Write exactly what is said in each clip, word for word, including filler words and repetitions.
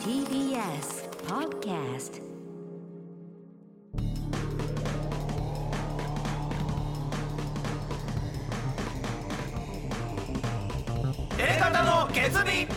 ティービーエス Podcast。 エレカタの決意。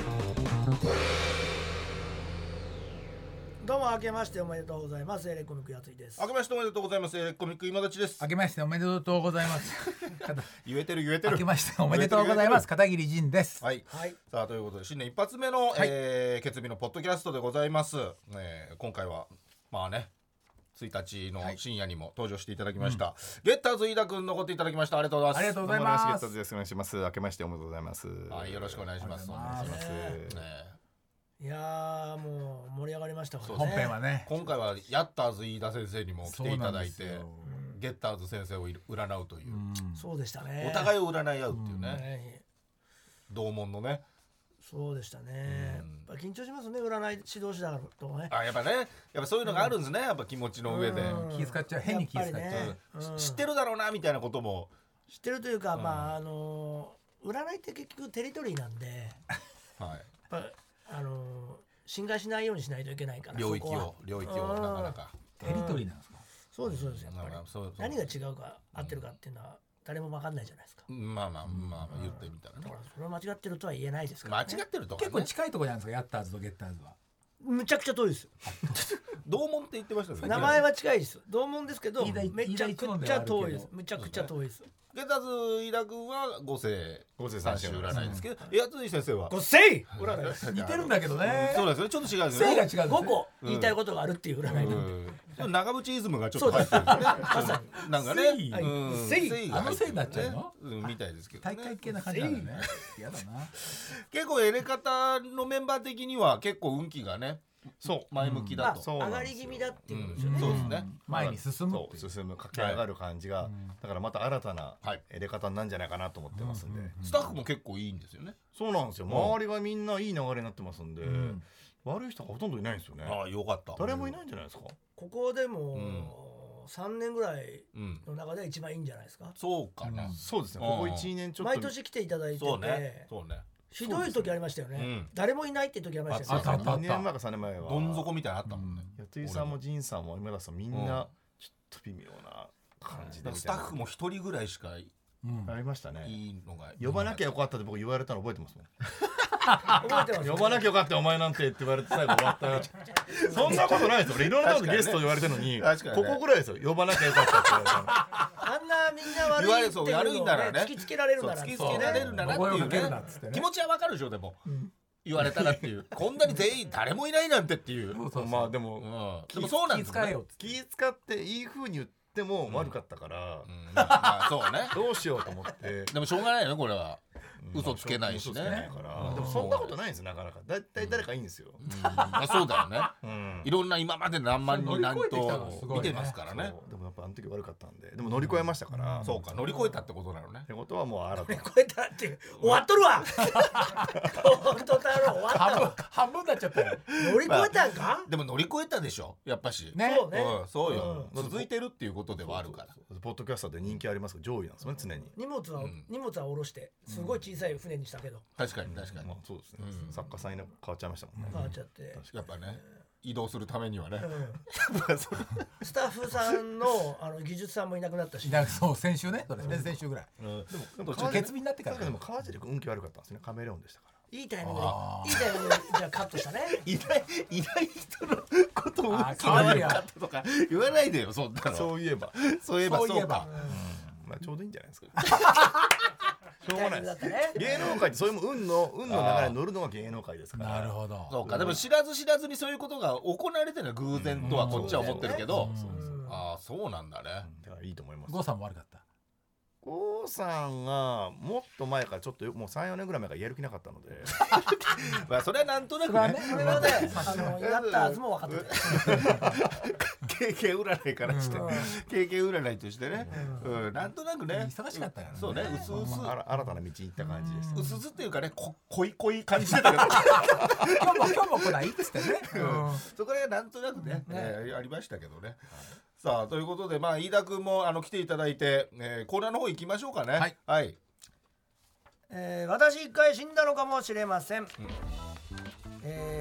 どうも明けましておめでとうございます。エレコミックやついです。 明けましておめでとうございます。エレコミック今立ちです。 明けましておめでとうございます言えてる言えてる。 明けましておめでとうございます。片桐仁です。 はい、 はい、 さあということで新年一発目の、 はい、 えー、決日のポッドキャストでございます、えー、今回はまあねついたちの深夜にも登場していただきました、はい、ゲッターズ飯田くん残っていただきました。ありがとうございます。 ありがとうございます。 ゲッターズです。お願いします。明けましておめでとうございます。 はい、よろしくお願いします。お願いします、ね。 いやーもう盛り上がりましたからね。 本編はね、 今回はヤッターズ飯田先生にも来ていただいて、ゲッターズ先生を占うという、 うん、そうでしたね。 お互いを占い合うっていうね、 うん、 同門のね。 そうでしたね、うん、やっぱ緊張しますね、占い指導士だとね。 あ、やっぱね、やっぱそういうのがあるんですね、うん、やっぱ気持ちの上で、 うん、気遣っちゃう、変に気遣っちゃう、 ね、 うん、知ってるだろうなみたいなことも知ってるというか、うん、まああの占いって結局テリトリーなんで、 はい、 やっぱあの侵害しないようにしないといけないから、 領域を領域をなかなかテリトリーなんですか。 そうですそうです。やっぱりそうそう、 何が違うか合ってるかっていうのは誰も分かんないじゃないですか。 まあまあまあ言ってみたらね。 だからそれは間違ってるとは言えないですからね。 間違ってるとかね。 結構近いところなんですか、ヤッターズとゲッターズは。 むちゃくちゃ遠いですよ。 同門って言ってましたね。 名前は近いです。同門ですけど、 めちゃくちゃ遠いです。むちゃくちゃ遠いです。 ゲッターズ飯田君は五世五世三種占いですけど、八つ井先生は五世占い。 似てるんだけどね。 そうですね、ちょっと違うんですね。 が違う。 五個言いたいことがあるっていう占いなんで。長渕イズムがちょっと入ってるんですね。なんかね、 あのせいになっちゃうのみたいですけど。 大会系な感じなんだね。嫌だな。 結構エレカタのメンバー的には結構運気がね。そう前向きだと、 上がり気味だっていうんですよね。 そうですね。 前に進む進む駆け上がる感じが、だからまた新たなエレカタなんじゃないかなと思ってますんで、 スタッフも結構いいんですよね。 そうなんですよ。周りがみんないい流れになってますんで、悪い人がほとんどいないんですよね。 ああ、よかった。 誰もいないんじゃないですか。 ここでもさんねんぐらいの中で一番いいんじゃないですか。 そうかな。 そうですね。ここいちねんちょっと毎年来ていただいてて、そうねそうね、ひどい時ありましたよね、うん、誰もいないって時ありましたよね。 あったあった。 にねんまえかさんねんまえはどん底みたいなのあったもんね。 やついさんも仁さんも今田さんみんなちょっと微妙な感じで、 スタッフも一人ぐらいしかありましたね。 いいのが呼ばなきゃよかったって僕言われたの覚えてますもん。 覚えてます。 呼ばなきゃよかったお前なんてって言われて最後終わったそんなことないですよ。俺いろんなとこゲスト言われてるのに、ここぐらいですよ。呼ばなきゃよかったって言われたの。 あんなみんな悪いっていうのをね突きつけられるなら、 突きつけられるならっていうね、気持ちはわかるでしょ。でも言われたらっていうこんなに全員誰もいないなんてっていう、 まあでもでもそうなんですね。 気使っていい風に言ってでも悪かったから、 そうね、 どうしようと思って。 でもしょうがないよね、これは。嘘つけないしね。 でもそんなことないんですよ、なかなか。だいたい誰かいいんですよ。 そうだよね。いろんな今まで何万人何と見てますからね。 でもやっぱあの時悪かったんで、でも乗り越えましたから。 そうか、乗り越えたってことなのね。 ってことはもう新た。 乗り越えたって終わっとるわ。本当だろ、終わったわ。 半分になっちゃったよ。 乗り越えたんか。 でも乗り越えたでしょ、やっぱし。 そうね。 そうよ。続いてるっていうことではあるから。 ポッドキャスターで人気ありますけど上位なんですよね、常に。 荷物は荷物は下ろしてすごい小さい船にしたけど。 確かに確かに。 そうですね。作家さんに変わっちゃいましたもんね。 変わっちゃって。 やっぱね、移動するためにはね。 スタッフさんのあの技術さんもいなくなったし。 そう、先週ね、それ先々週ぐらい。でも決日になってから。 でも川尻君運気悪かったんですね。カメレオンでしたから。 いいタイミングでいいタイミングでじゃあカットしたね。 いないいない人のことを運気が悪かったとか言わないでよ、そんなの。 そういえばそういえばそうか。 まあちょうどいいんじゃないですか。しょうがないです。芸能界ってそういう運の運の流れに乗るのが芸能界ですから。 なるほど。 そうか。でも知らず知らずにそういうことが行われてるのは偶然とはこっちは思ってるけど、ああそうなんだね。 だからいいと思います。 郷さんも悪かった。 郷さんがもっと前からちょっともうさんよねんぐらい前からやる気なかったのでまあそれはなんとなくね、 それはね、あのやったはずも分かって経験占いからして経験占いとしてね、なんとなくね忙しかったよね。 そうね、うすうす新たな道に行った感じです。 うすうすっていうかね、濃い濃い感じだったけど今日も今日も来ないっつってね、 そこら辺なんとなくねありましたけどね。さあということで、まあ飯田君もあの来ていただいて、えー、コーナーの方行きましょうかね。はい、はい。 えー、私一回死んだのかもしれません、うん、えー、日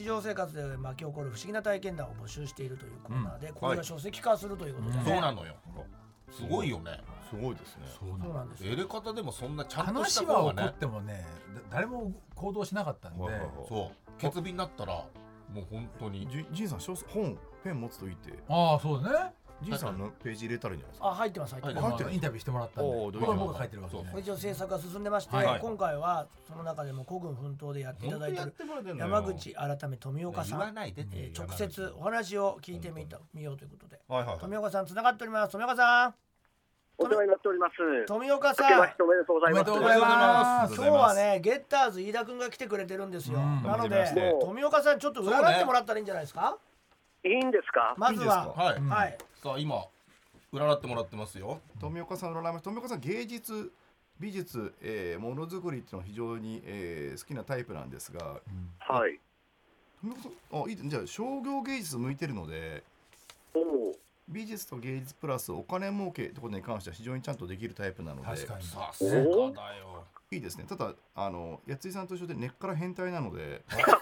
日常生活で巻き起こる不思議な体験談を募集しているというコーナーで、うん、これが書籍化するということで、ね、 そうなのよ。すごいよね。 すごいですね。 そうなんですよ。 エレカタでもそんなちゃんとした話は起こってもね、誰も行動しなかったんで、 そう決備になったらもう本当にジンさん本ペン持つといいって。 ああそうだね。 ジンさんのページ入れたらいいんじゃないですか。 あ、入ってます入ってます。インタビューしてもらったんで、これ僕が書いてるわけですね。 一応制作が進んでまして、はい、今回はその中でも孤軍奮闘でやっていただいている山口改め富岡さん、えー、直接お話を聞いてみたみようということで、はいはいはい、富岡さんつながっております。富岡さん。 お世話になっております。 富岡さん。 おめでとうございます。 おめでとうございます。今日はね、ゲッターズ飯田くんが来てくれてるんですよ。なので富岡さんちょっと占ってもらったらいいんじゃないですか。 いいんですか。 まずははいはい。さあ今占ってもらってますよ。 富岡さん占います。富岡さん芸術美術、えー、ものづくりっていうのは非常に、えー、好きなタイプなんですが、うん、 はい。 富岡さん、あ、いいじゃあ商業芸術向いてるので、 おお。 美術と芸術プラスお金儲けってことに関しては非常にちゃんとできるタイプなので、 確かにさすがだよ。 いいですね。ただあのやついさんと一緒で根っから変態なので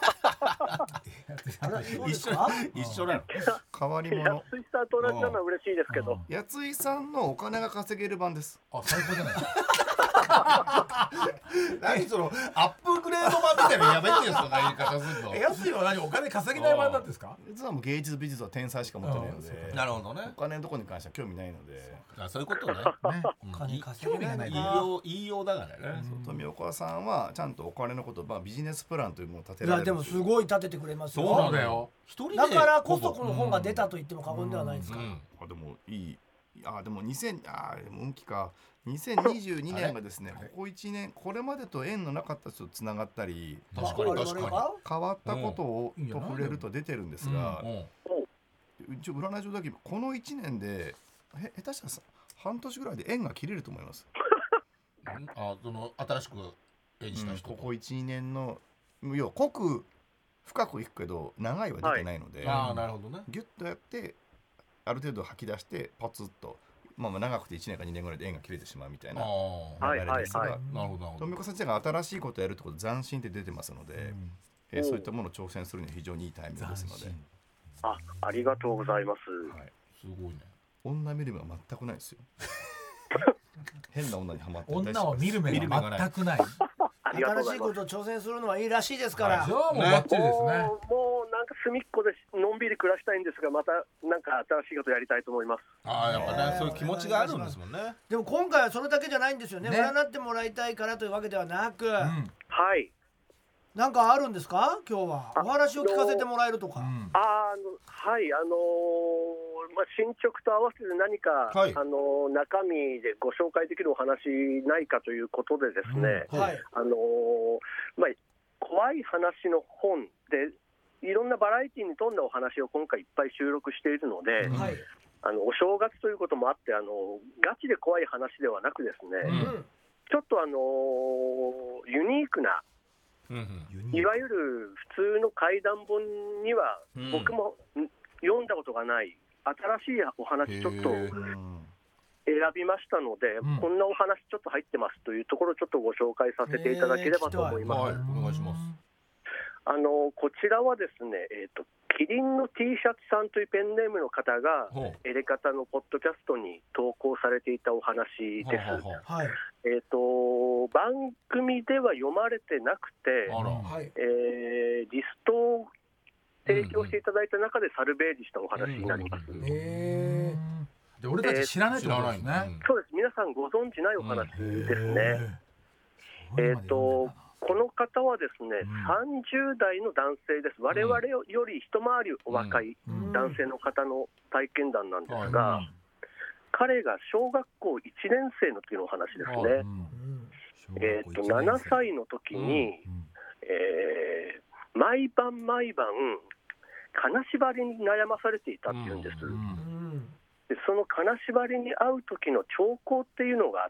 一緒一緒なの。 変わり者。 やついさんと同じなのは嬉しいですけど、 やついさんのお金が稼げる版です。 あ、最高じゃない。 何そのアップグレード版みたいなやめてよ、そんな言い方するの。 やついは何お金稼げない版なんですか。 実はもう芸術美術は天才しか持ってないので。 なるほどね。 お金のところに関しては興味ないので。 あ、そういうことね。 お金稼げない。 言いよう言いようだからね。 富岡さんはちゃんとお金のこと、まあビジネスプランというものを立てられる。 いやでもすごい立ててくれますよ。 そうなんだよ。 だからこそこの本が出たと言っても過言ではないですか。 あ、でもいい。あ、でもにせんあでも運気かにせんにじゅうにねんがですね、ここいちねんこれまでと縁のなかった人とつながったり、 確かに確かに変わったことをと触れると出てるんですが、一応占い上だけこのいちねんでへ下手したら半年ぐらいで縁が切れると思います。 あ、その新しく縁した人、 ここいちねんの要は濃く深くいくけど長いは出てないので、 ああなるほどね。 ギュッとやってある程度吐き出してパツッと、まあ、まあ長くていちねんかにねんぐらいで縁が切れてしまうみたいな流れですが、富岡さんが新しいことをやるってこと斬新って出てますので、うんえー、そういったものを挑戦するには非常にいいタイミングですので。 あ、ありがとうございます。 はい、 すごいね。 女見る目は全くないですよ。変な女にハマって女を見る目が全くない。 新しいことを挑戦するのはいいらしいですから。 じゃあもうバッチリですね。 もうなんか隅っこでのんびり暮らしたいんですが、またなんか新しいことやりたいと思います。 ああ、やっぱね、そういう気持ちがあるんですもんね。 でも今回はそれだけじゃないんですよね。占ってもらいたいからというわけではなく、はい。なんかあるんですか今日は。お話を聞かせてもらえるとか。あのはいあのまあ進捗と合わせて何かあの中身でご紹介できるお話ないかということでですね。あのまあ怖い話の本でいろんなバラエティに富んだお話を今回いっぱい収録しているので、はい、あのお正月ということもあってあのガチで怖い話ではなくですね、うん、ちょっとあのユニークな、うん、いわゆる普通の怪談本には僕も読んだことがない新しいお話ちょっと選びましたので、うん、こんなお話ちょっと入ってますというところをちょっとご紹介させていただければと思います。はい、 お願いします。 あのこちらはですね、えーと、キリンの T シャツさんというペンネームの方がエレカタのポッドキャストに投稿されていたお話です。はい、えーと番組では読まれてなくて、えー、リストを提供していただいた中でサルベージしたお話になります。うんうん、 へー、で俺たち知らないってことですね。 えー、そうです。皆さんご存知ないお話ですね。うん、えっ、ー、とこの方はですね、うん、さんじゅうだいの男性です。我々より一回りお若い男性の方の体験談なんですが、うん、彼が小学校いちねん生の時のお話ですね。うん、えっとななさいの時に、うんえー、毎晩毎晩金縛りに悩まされていたっていうんです。うん、でその金縛りに遭う時の兆候っていうのがあって、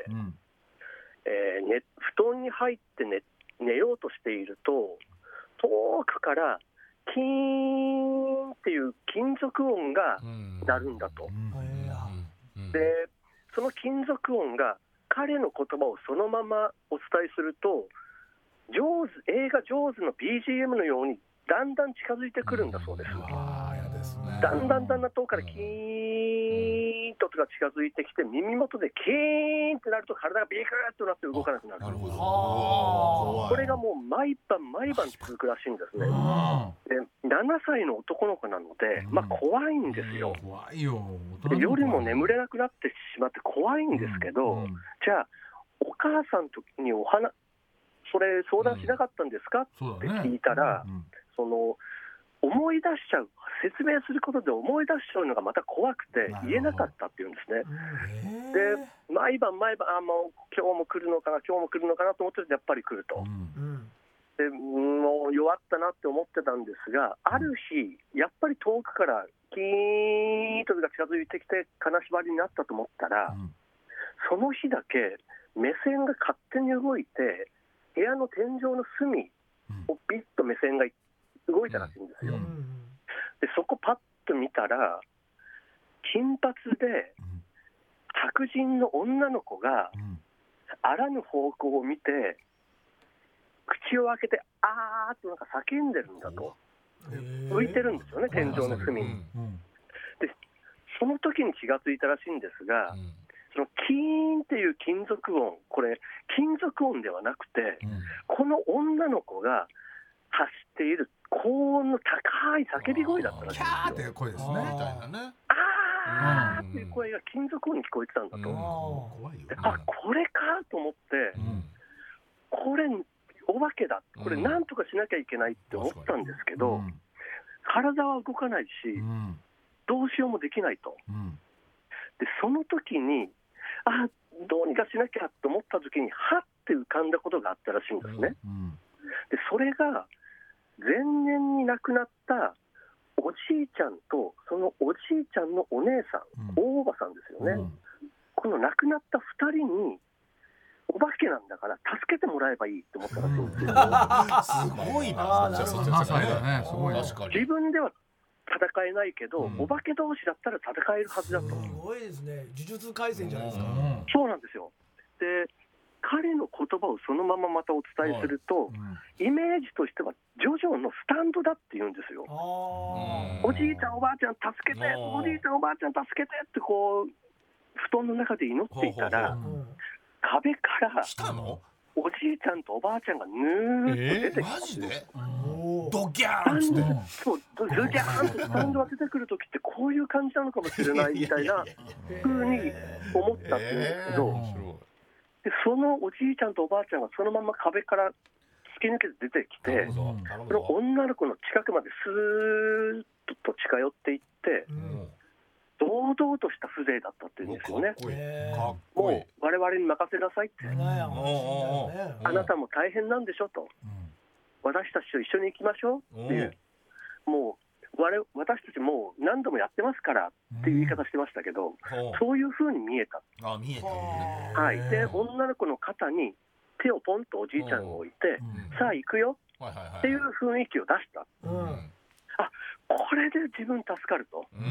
うんえーね、布団に入って 寝, 寝ようとしていると遠くからキーンっていう金属音が鳴るんだと、うん、でその金属音が彼の言葉をそのままお伝えするとジョーズ映画ジョーズの ビージーエム のようにだんだん近づいてくるんだそうです。 あー、やですね。 だんだんだんだん遠くからキーンとが近づいてきて、耳元でキーンってなると体がビクッとなって動かなくなる。 なるほど。 これがもう毎晩毎晩続くらしいんですね。でななさいの男の子なので、まあ、怖いんですよ。 怖いよ。 で夜も眠れなくなってしまって怖いんですけど、 うんうん、 じゃあお母さんとにお話それ相談しなかったんですか、うん、って聞いたら、うんうん、その思い出しちゃう、説明することで思い出しちゃうのがまた怖くて言えなかったっていうんですね。で毎晩毎晩、あもう今日も来るのかな今日も来るのかなと思ってるとやっぱり来ると、うん、でもう弱ったなって思ってたんですが、ある日やっぱり遠くからキーンとが近づいてきて金縛りになったと思ったら、うん、その日だけ目線が勝手に動いて部屋の天井の隅をピッと目線が動いたらしいんですよ、うん、でそこパッと見たら金髪で白人の女の子があらぬ方向を見て口を開けてあーっとなんか叫んでるんだと、浮いてるんですよね、天井の隅に。でその時に気がついたらしいんですが、そのキーンっていう金属音、これ金属音ではなくて、この女の子が発している高音の高い叫び声だったらしいんですよ。キャーっていう声ですね。みたいなね。あーっていう声が金属音に聞こえてたんだと。あ、これかと思って、これお化けだ、これなんとかしなきゃいけないって思ったんですけど、体は動かないし、どうしようもできないと。でその時にあどうにかしなきゃと思った時にはって浮かんだことがあったらしいんですね、うんうん、でそれが前年に亡くなったおじいちゃんとそのおじいちゃんのお姉さん、うん、大おばさんですよね、うん、この亡くなったふたりにお化けなんだから助けてもらえばいいと思ったらしいんですよ、 うん、すごいな。 自分では戦えないけど、うん、お化け同士だったら戦えるはずだと。すごいですね。呪術廻戦じゃないですか、うん、 そうなんですよ。で彼の言葉をそのまままたお伝えすると、うん、イメージとしてはジョジョのスタンドだって言うんですよ。おじいちゃんおばあちゃん助けて、おじいちゃんおばあちゃん助けてってこう布団の中で祈っていたら、ほうほうほう、壁から来たのおじいちゃんとおばあちゃんがぬーっと出てきた、えー、マジでドギャーンってそうドギャーンってスタンドが出てくるときってこういう感じなのかもしれないみたいな風に思ったっていうんですけど、でそのおじいちゃんとおばあちゃんがそのまま壁から突き抜けて出てきて、この女の子の近くまでスーッと近寄っていって、うん、堂々とした風情だったっていうんですよね。もう我々に任せなさいって、あなたも大変なんでしょと、うん、私たちと一緒に行きましょうっていう、もう我私たちもう何度もやってますからっていう言い方してましたけど、うん、そういう風に見えた。 あ見えた、ね、 はい。で女の子の肩に手をポンとおじいちゃんが置いて、うん、さあ行くよっていう雰囲気を出した、うん、あこれで自分助かると、うん、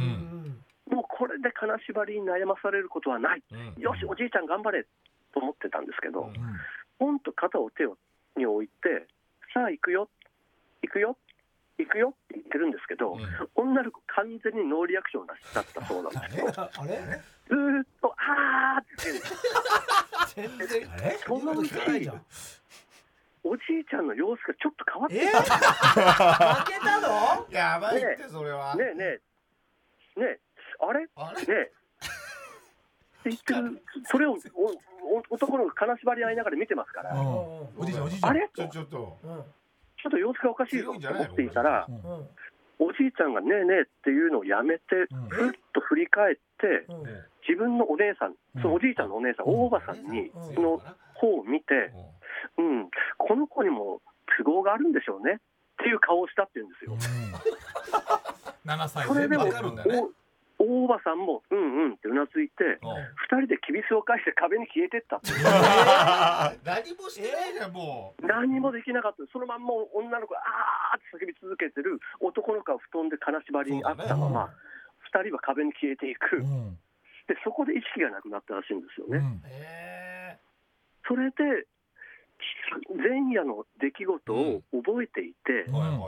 もうこれで金縛りに悩まされることはない、うん、よしおじいちゃん頑張れと思ってたんですけど、うん、ポンと肩を手をに置いてさあ行くよ行くよ行くよって言ってるんですけど、うん、女の子完全にノーリアクションだったそうなんですよ。あれずーっとあーって言ってるんですそのうちおじいちゃんの様子がちょっと変わってた、 えー、負けたのやばいってそれはねえねえねえあれあれねえって言ってるそれをおお男の子金縛り合いながら見てますから、うん、 おじいちゃんおじいちゃんあれちょちょっと、うんちょっと様子がおかしいぞと思っていたら、うん、おじいちゃんがねえねえっていうのをやめて、うん、ふっと振り返って、うん、自分のお姉さん、うん、そのおじいちゃんのお姉さん、うん、大おばさんにその方を見て、うん、この子にも都合があるんでしょうねっていう顔をしたっていうんですよ、 うん、ななさいそれでも分かるんだね。大おばさんもうんうんってうなずいて、ふたりできびすを返して壁に消えてったって何もしてないじゃんもう。 何もできなかった。そのまんま女の子があーって叫び続けてる男の子が布団で金縛りにあったまま、ね、ふたりは壁に消えていく、うん、でそこで意識がなくなったらしいんですよね、うん、それで前夜の出来事を覚えていて、うん、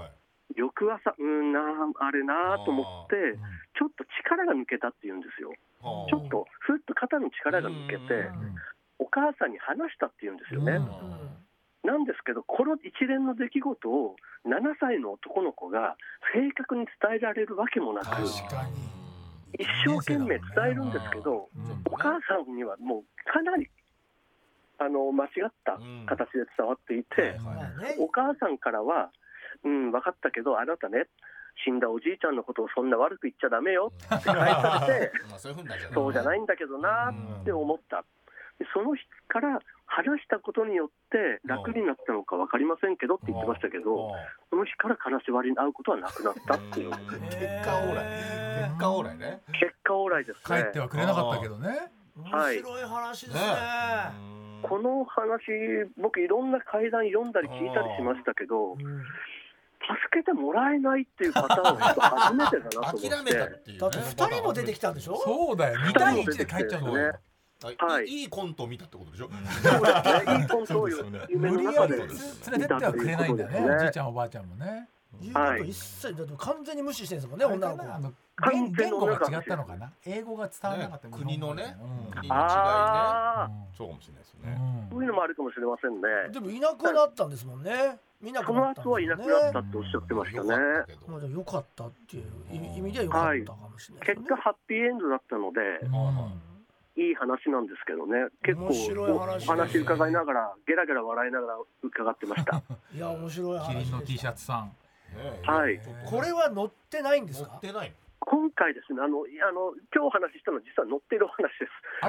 翌朝うんなあれなと思ってちょっと力が抜けたって言うんですよ。ちょっとふっと肩の力が抜けてお母さんに話したって言うんですよね。なんですけどこの一連の出来事をななさいの男の子が正確に伝えられるわけもなく、一生懸命伝えるんですけど、お母さんにはもうかなりあの間違った形で伝わっていて、お母さんからはうん、分かったけどあなたね死んだおじいちゃんのことをそんな悪く言っちゃダメよって返されてそうじゃないんだけどなって思った。でその日から話したことによって楽になったのか分かりませんけどって言ってましたけど、その日から金縛りに会うことはなくなったっていう。結果オーライ結果オーライね結果オーライですね。 帰ってはくれなかったけどね。 面白い話ですね。 この話僕いろんな怪談読んだり聞いたりしましたけど、助けてもらえないっていうパターンは初めてだなと思って諦めたっていう、ね、 だってふたりも出てきたんでしょ。 そうだよ、にたいいちで帰っちゃうんだよ、 はい、いいコントを見たってことでしょ。 そうですね、いいコントを夢の中で連れてってはくれないんだね、おじいちゃんおばあちゃんもね。 はい、一切だと完全に無視してるんですもんね、女の子は。 言語が違ったのかな、英語が伝わらなかった、 ね、国のね、 うん、 国の違いね、 そうかもしれないですよね、 そういうのもあるかもしれませんね。 でもいなくなったんですもんね。 その後はいなくなったっておっしゃってましたね。 まあ良かったっていう意味では良かったかもしれない、 はい、結果ハッピーエンドだったので、うん、いい話なんですけどね。結構お話伺いながらゲラゲラ笑いながら伺ってました。 いや面白い話でした。 キリンの T シャツさん、 はい。 これは載ってないんですか。 載ってない。 今回ですね、あのあの今日お話ししたのは実は載っているお話です。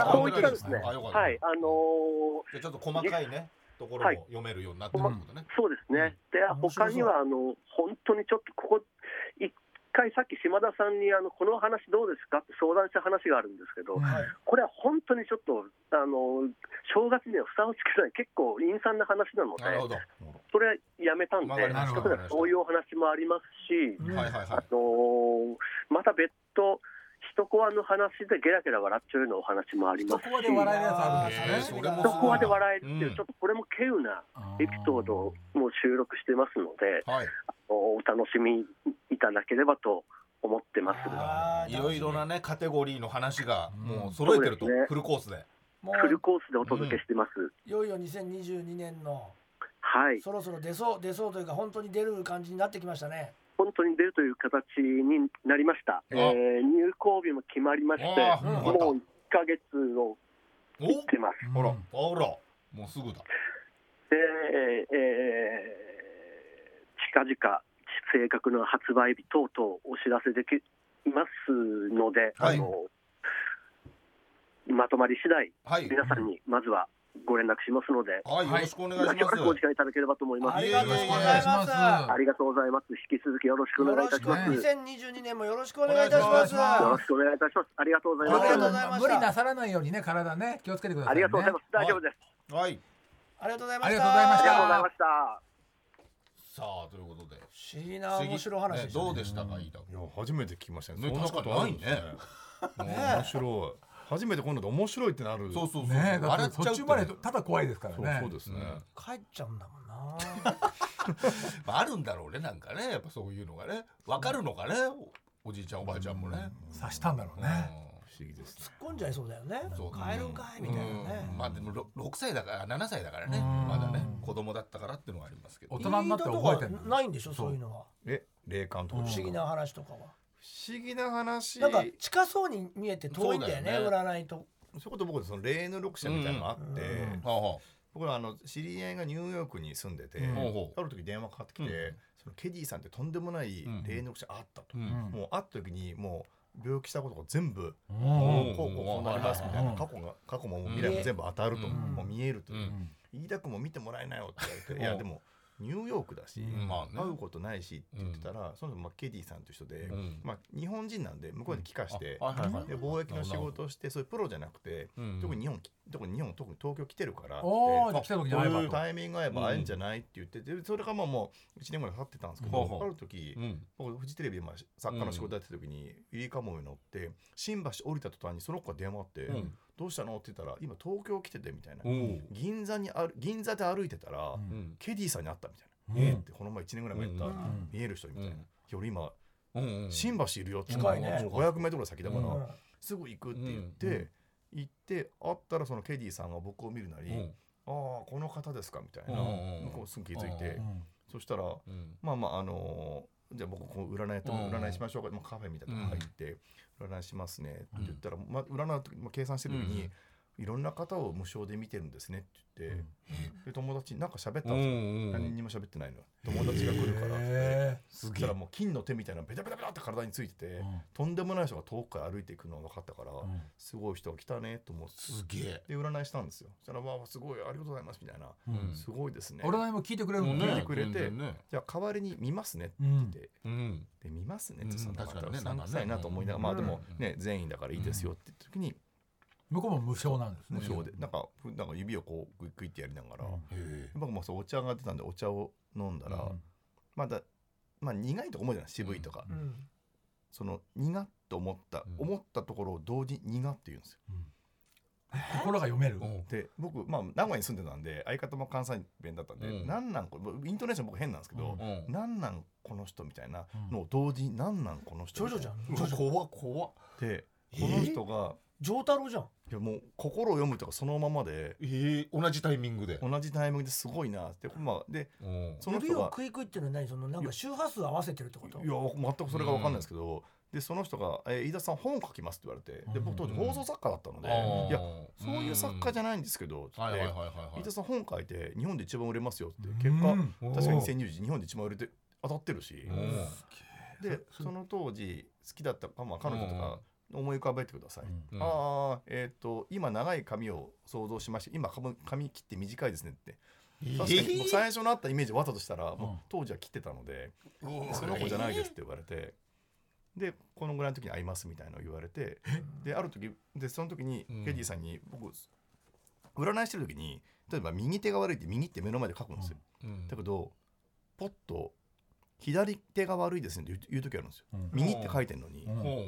こういったですね、はい、あのー、ちょっと細かいねところも読めるようになってることね、はい、 そうですね。で他にはあの本当にちょっとここ一回さっき島田さんにあのこの話どうですかって相談した話があるんですけど、はい、これは本当にちょっとあの正月にはふさわしくない結構陰惨な話なので、それはやめたんで、そういうお話もありますし、うん、あのまた別途一コアの話でゲラゲラ笑っちゃうようなお話もありますし、 一コアで笑えるやつあるんですね。 一コアで笑えるっていう、ちょっとこれも稀有なエピソードも収録してますので、はい、お楽しみいただければと思ってます。 いろいろなねカテゴリーの話がもう揃えてると、ね、フルコースでフルコースでお届けしてます。うん、 いよいよにせんにじゅうにねんの、 はい、 そろそろ出そう出そうというか本当に出る感じになってきましたね。 本当に出るという形になりました。えー、入校日も決まりまして、もういっかげつを切ってます。 ほら、あら、もうすぐだ。 で、えー、近々正確な発売日等々お知らせできますので、はい、あのまとまり次第、はい、皆さんにまずはご連絡しますので、 はい、よろしくお願いします。 お時間いただければと思います。 ありがとうございます。 ありがとうございます。引き続きよろしくお願いいたします。 にせんにじゅうにねんもよろしくお願いいたします。 よろしくお願いいたします。ありがとうございます。 無理なさらないようにね、体ね、気をつけてくださいね。 ありがとうございます。大丈夫です。 はい。 ありがとうございました。 ありがとうございました。 ありがとうございました。 さあということで、 不思議な面白い話でしたね。 どうでしたか、飯田君。 いや初めて聞きましたね。 そんなことないね。 面白い。初めて今度で面白いってなる。 そうそうそう。 ね、笑っちゃう。途中までただ怖いですからね。 そうですね。 帰っちゃうんだもんな。 あるんだろうね、なんかね、やっぱそういうのがね、わかるのかね、おじいちゃんおばあちゃんもね。 察したんだろうね。 不思議です。 突っ込んじゃいそうだよね。帰るんかいみたいなね。 まあでもろくさいだからななさいだからね、まだね、子供だったからっていうのがありますけど。 大人になって覚えてるないんでしょ、そういうのは。 え、霊感とか。 不思議な話とかは。 不思議な話。 なんか近そうに見えて遠いんだよね、占いと。 そういうこと僕その霊能力者みたいなのがあって、僕はあの知り合いがニューヨークに住んでて、ある時電話かかってきて、そのケディさんってとんでもない霊能力者あったと、もう会った時にもう病気したことが全部こうこうこうなりますみたいな、過去が過去も未来も全部当たると、もう見えると、飯田君も見てもらえなよって言われて、いやでもニューヨークだし、会うことないしって言ってたら、そのまあケディさんという人で、まあ日本人なんで向こうで帰化して貿易の仕事をして、そういうプロじゃなくて、特に日本特に日本特に東京来てるからタイミングが合えば会えんじゃないって言ってて、それがまあもういちねんぐらい経ってたんですけど、ある時僕フジテレビで作家の仕事やってた時にゆりかもめ乗って新橋降りた途端にその子が電話あって「どうしたの?」って言ったら「今東京来てて」みたいな、銀座にある銀座で歩いてたらケディさんに会ったみたいな。 えってこの前いちねんぐらい前言った見える人みたいな、俺今新橋いるよって近いねごひゃくメートル先だからすぐ行くって言って行って会ったらそのケディさんが僕を見るなりああこの方ですかみたいな向こうすぐ気づいてそしたらまあまああのじゃあ僕こう占いやって占いしましょうかカフェみたいなとこ入って占いしますねって言ったらまあ占いの計算してる時にいろんな方を無償で見てるんですねって言って、うん、で友達なんか喋ったんですよ、うんうん、何にも喋ってないの友達が来るからってそしたらもう金の手みたいなベタベタベタって体についてて、うん、とんでもない人が遠くから歩いていくのが分かったから、うん、すごい人が来たねと思ってすげえで占いしたんですよそしたらわあすごいありがとうございますみたいな、うん、すごいですね占いも聞いてくれるもんね聞いてくれて、ね、じゃあ代わりに見ますねって言って、うん、で見ますねってそんな方うさんくさいなと思いながら、まあでもね善意だからいいですよって言った時に向こうも無償なんですね。 無償でなんかなんか指をこうグイグイってやりながら、うん、僕もそうお茶が出たんでお茶を飲んだら、うん、まだまあ苦いとか思うじゃない渋いとか、うん、その苦っと思った、うん、思ったところを同時に苦って言うんですよ。 うん、心が読める。 で僕まあ名古屋に住んでたんで相方も関西弁だったんで、うん、なんなんこれイントネーション僕変なんですけど、うん、なんなんこの人みたいなのを同時になんなんこの人。 ジョジョじゃん。怖怖でこの人が。 丈太郎じゃん。 いやもう心を読むとかそのままで、 えー、同じタイミングで同じタイミングですごいなってまあでその人が指をクイクイっていうのは何そのなんか周波数合わせてるってこと？ いや全くそれが分かんないですけど、うん、でその人が、えー、飯田さん本書きますって言われてで僕当時放送作家だったので、うん、いやそういう作家じゃないんですけど、うん、飯田さん本書いて日本で一番売れますよって結果、うん、確かににせんにじゅういち日本で一番売れて当たってるし、うん、でその当時好きだった、まあ、彼女とか、うん思い浮かべてください、うん、ああえっ、ー、と今長い髪を想像しました今髪切って短いですねって確かにもう最初のあったイメージをわざとしたら、もう当時は切ってたので、うん、その子じゃないですって言われてでこのぐらいの時に会いますみたいなのを言われてである時でその時にケディさんに僕占いしてる時に例えば右手が悪いって右って目の前で書くんですよ、うん、だけどポッと左手が悪いですねって言う時あるんですよ、うん、右って書いてんのに、うん、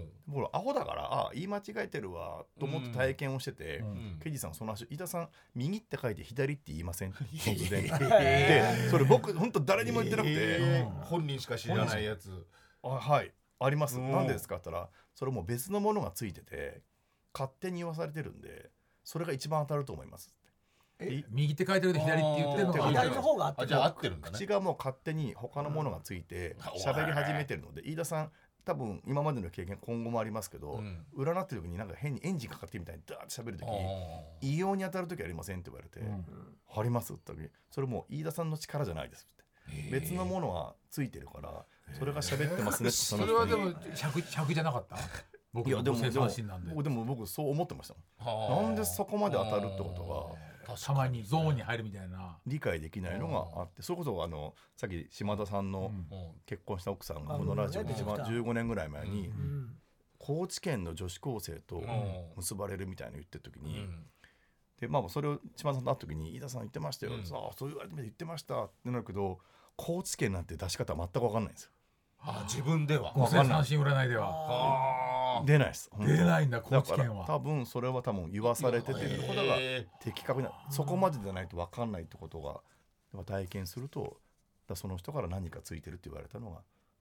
僕アホだからあ言い間違えてるわと思って体験をしてて、うん、ケディさんその話飯田さん右って書いて左って言いません突然でそれ僕本当誰にも言ってなくて、 えー、本人しか知らないやつあはいありますなんでですかって言ったらそれも別のものがついてて勝手に言わされてるんでそれが一番当たると思いますえ右手書いてるで左って言ってるのが左の方が合ってるじゃあ合ってるんだね口がもう勝手に他のものがついて喋り始めてるので飯田さん多分今までの経験今後もありますけど、うん、占ってる時になんか変にエンジンかかってみたいにダーッて喋る時異様に当たる時ありませんって言われて、うん、ありますって時それも飯田さんの力じゃないですって別のものはついてるからそれが喋ってますねってその人にそれはでも尺尺じゃなかった僕の生産心なんででも僕そう思ってましたなんでそこまで当たるってことがたまにゾーンに入るみたいな理解できないのがあってそれこそあのさっき島田さんの結婚した奥さんがこのラジオで一番じゅうごねんぐらい前に高知県の女子高生と結ばれるみたいなの言ってる時にでまあそれを島田さんと会った時に飯田さん言ってましたよさあそう言われて言ってましたってなるけど高知県なんて出し方全く分かんないんですよあ自分では五千三振占いでは出ないです。 出ないんだ高知県は。 多分それは多分言わされててることが的確なそこまでじゃないと分かんないってことが体験するとだその人から何かついてるって言われたのが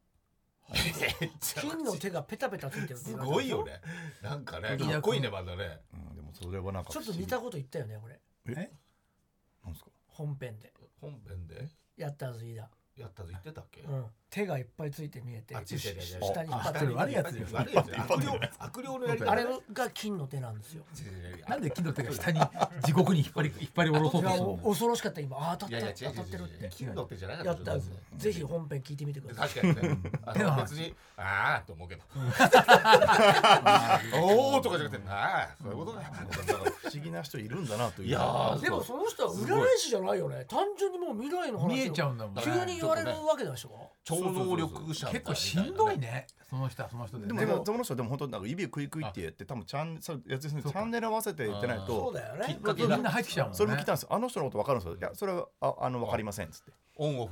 金の手がペタペタついてるってすごいよねなんかねかっこいいねまだね、 うん、でもそれはなんかちょっと似たこと言ったよね俺えなんですか本編で本編でやったずいだやったと言ってたっけ、 うん、手がいっぱいついて見えて下に引っ張ってる悪いやつよ悪いやつ悪霊悪霊のやり方あれが金の手なんですよなんで金の手が下に地獄に引っ張り引っ張り下ろそうとするの恐ろしかった今あ当たった当たってるって金の手じゃなかったやったぜひ本編聞いてみてください確かにねあの別にああと思うけどおおとかじゃなくてああそういうことだよ不思議な人いるんだなといういやでもその人は占い師じゃないよね単純にもう未来の話見えちゃうんだもん急に言われるわけでしょ超能力者結構しんどいねその人はその人で、 ね、でもその人はでも本当なんか指をクイクイってやって多分チャンそうやつですねチャンネル合わせて言ってないとそうだよねきっかけみんな入ってきちゃうもんねそれも来たんですよあの人のこと分かるんですよいやそれはああの分かりませんっつってオンオフが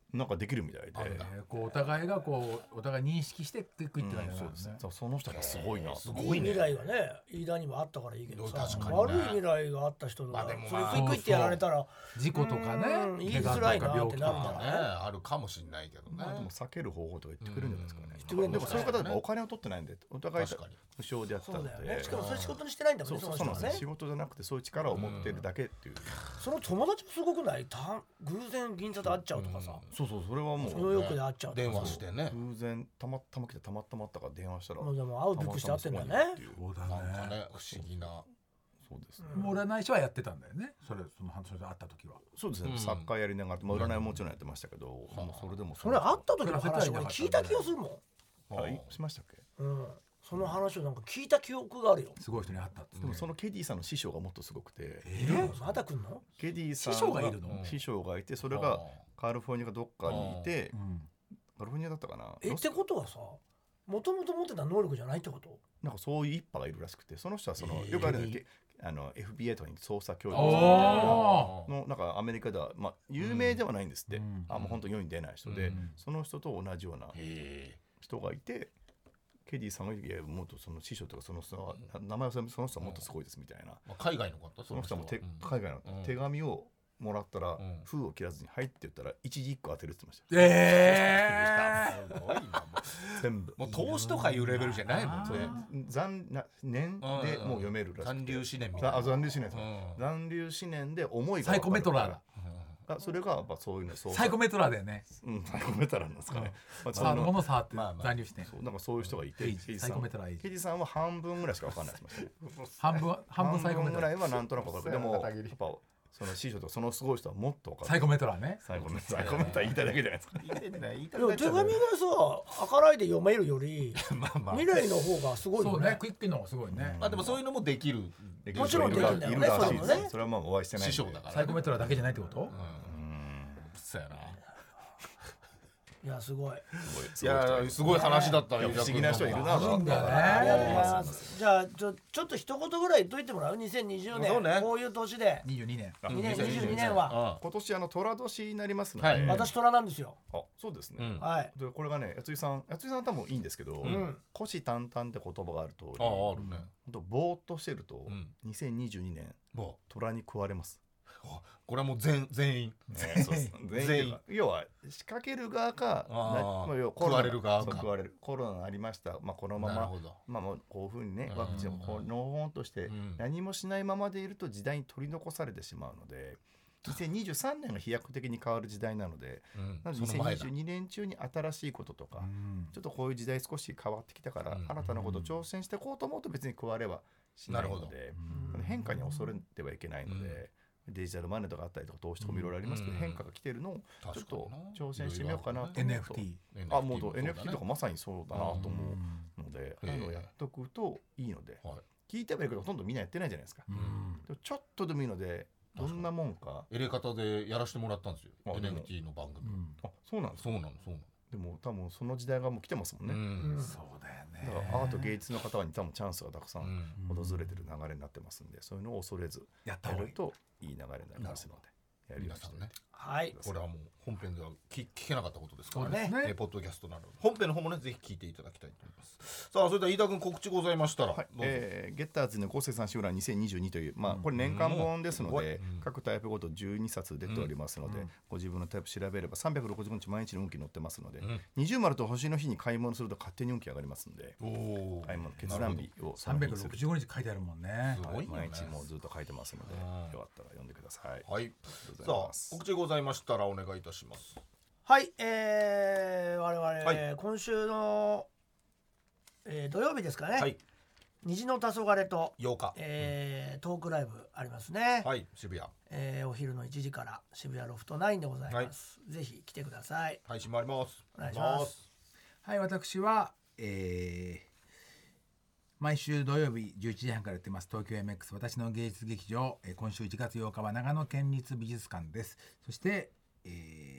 なんかできるみたいで、 えー、こうお互いがこうお互い認識していくって感じなんですね。 その人がすごいな。 すごい未来がね飯田にもあったからいいけどさ、 確かにね、 悪い未来があった人がそれクイクイってやられたら事故とかね言いづらいなってなるんだね。 あるかもしれないけどね。 でも避ける方法とか言ってくれるんじゃないですかね。でもそういう方でもお金を取ってないんでお互い無償でやったので、 しかもそれ仕事にしてないんだもんね。 そうなんですね。仕事じゃなくてそういう力を持ってるだけっていう。 その友達もすごくない？偶然銀座で会っちゃうとかさ。 そうそう、それはもうニューヨークで会っちゃう。 電話してね。 偶然たまたま来てたまたまあったから電話したら。 もうでも会うべくして会ってんだね。 そうだね。なんかね不思議な。 そうですね。 もう占い師はやってたんだよね。それその半年で会った時は。 そうですね。作家やりながら、まあ占いももちろんやってましたけど、もうそれでもそれ会った時の話を聞いた気がするもん。はい、しましたっけ？ うん。その話をなんか聞いた記憶があるよ。 すごい人に会ったって。 でもそのケディさんの師匠がもっとすごくて。 えー、まだ来んの？ ケディさん師匠がいるの？ 師匠がいて、それがカリフォルニアかどっかにいて、カリフォルニアだったかな。 えってことはさ、もともと持ってた能力じゃないってこと？ なんかそういう一派がいるらしくて、その人はそのよくあるんだけど、あの エフビーアイ とかに捜査協力のなんかアメリカではまあ有名ではないんですって。あ、もう本当に世に出ない人で、その人と同じような人がいて。ケディさんがいやもっとその師匠とかその人は名前をその人はもっとすごいですみたいな、 海外の方その人もて海外の手紙をもらったら封を切らずに入って言ったら一字一句当てるって言ってました。 ええすごいな。 全部もう投資とかいうレベルじゃないもんね。 残年でもう読めるらしい。 残留思念みたいな。 あ、残留思念。残留思念で思いがサイコメトラーだ。 あ、それがやっぱそういうのサイコメトラーだよね。 うん、サイコメトラーなんですかね。 サーのものサーって残留して。 そうなんかそういう人がいて、 サイコメトラー。 ケディさんは半分ぐらいしか分かんないです。 半分半分サイコメトラーぐらいはなんとなく分かる。でもやっぱその師匠とかそのすごい人はもっと分かる。 サイコメトラーね。 サイコメトラー言いたいだけじゃないですか。 言いたいない。 手紙がさ、計らいで読めるより未来の方がすごいよね。 そうね、クイックの方がすごいね。 あ、でもそういうのもできる。 もちろんできるんだよね。 それはまあお会いしてない。 師匠だから。 サイコメトラーだけじゃないってこと？ そうやな。 いやすごい。 いやすごい話だった。 不思議な人いるな。 じゃあちょちょっと一言ぐらい言っといてもらう。にせんにじゅうねんこういう年で。 にじゅうにねん。にせんにじゅうにねんは今年あの寅年になりますので。 私寅なんですよ。 あ、そうですね。 はい。 でこれがね、やついさん、やついさんは多分いいんですけど、虎視眈々って言葉がある通り。 ああるね。 本当ぼーっとしてるとにせんにじゅうにねん虎に食われます。 これはもう全全員全員要は仕掛ける側か食われる側か食われるコロナありました、まあ、このまままあもうこういうふうにねワクチンをこうのほほんとして何もしないままでいると時代に取り残されてしまうのでにせんにじゅうさんねんが飛躍的に変わる時代なので、なのでにせんにじゅうにねん中に新しいこととかちょっとこういう時代少し変わってきたから新たなことを挑戦していこうと思うと別に食われはしないので変化に恐れてはいけないので。デジタルマネーとかあったりとか投資とかもいろいろありますけど、変化が来てるのをちょっと挑戦してみようかなと。 エヌエフティー あ、もう エヌエフティー とかまさにそうだなと思うので、あのやっとくといいので、聞いてはいるけどほとんどみんなやってないじゃないですか。ちょっとでもいいのでどんなもんかエレ方でやらせてもらったんですよ、 エヌエフティー の番組。 あ、そうなんです。 そうなのそうなの。 でも多分その時代がもう来てますもんね。 そうだよね。 だからアート芸術の方に多分チャンスがたくさん訪れてる流れになってますんで、そういうのを恐れずやるといい流れになりますので、やりましょうね。 はい。 これはもう本編では聞けなかったことですからね。 ね。ポッドキャストなので本編の方もねぜひ聞いていただきたいと思います。さあそれでは飯田君告知ございましたら。 はい。えー、ゲッターズの合成三集団にせんにじゅうにというまあこれ年間本ですので各タイプごとじゅうにさつ出ておりますので、ご自分のタイプ調べればさんびゃくろくじゅうごにち毎日の運気載ってますので、二重丸と星の日に買い物すると勝手に運気上がりますんで、買い物決断日をさんびゃくろくじゅうごにち書いてあるもんね。 毎日もうずっと書いてますので、よかったら読んでください。 はい。さあ告知ございましたらお願いいたします。 はい、えー、我々、 はい、 今週の、えー、土曜日ですかね、はい、虹の黄昏とようか、 えー、トークライブありますね。 はい、渋谷、 えー、お昼のいちじから渋谷ロフトナインでございます、はい、ぜひ来てください。 配信もあります。 お願いします。 はい、私は、えー毎週土曜日じゅういちじはんからやってます東京 エムエックス 私の芸術劇場、えー、今週いちがつようかは長野県立美術館です。そして、えー、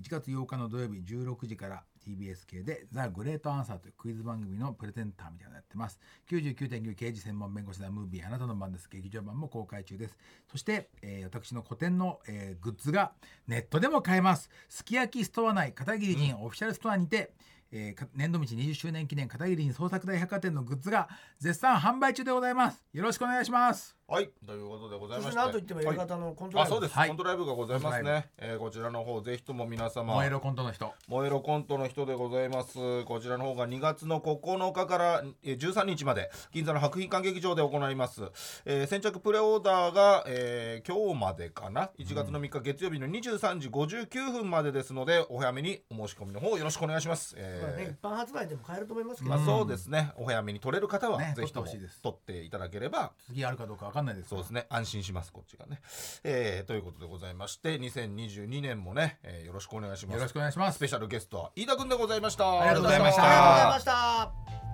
いちがつようかの土曜日じゅうろくじから ティービーエス 系でザ・グレートアンサーというクイズ番組のプレゼンターみたいなのやってます。 きゅうじゅうきゅうてんきゅう 刑事専門弁護士団ムービーあなたの番です。劇場版も公開中です。そして、えー、私の個展の、えー、グッズがネットでも買えます。すき焼きストア内片桐仁オフィシャルストアにて、えー、年度道にじゅっしゅうねん記念片桐仁創作大百貨店のグッズが絶賛販売中でございます。よろしくお願いします。 はい、ということでございまして、 そして何といってもやり方のコントライブ、 はい、あ、そうです、はい、コントライブがございますね、えー、こちらの方ぜひとも皆様、 燃えろコントの人燃えろコントの人でございます。こちらの方がにがつのここのかからじゅうさんにちまで銀座の博品館劇場で行います、えー、先着プレオーダーが、えー、今日までかないちがつのみっか月曜日のにじゅうさんじごじゅうきゅうふんまでですので、お早めにお申し込みの方よろしくお願いします、えーね、一般発売でも買えると思いますけど、 まあ、そうですね、お早めに取れる方は、 ね、 ぜひとも取っていただければ、 次あるかどうか分かんないです。 そうですね、安心しますこっちがね、えー、ということでございまして、にせんにじゅうにねんもね、えー、よろしくお願いします。 よろしくお願いします。 スペシャルゲストは飯田くんでございました。 ありがとうございました。 ありがとうございました。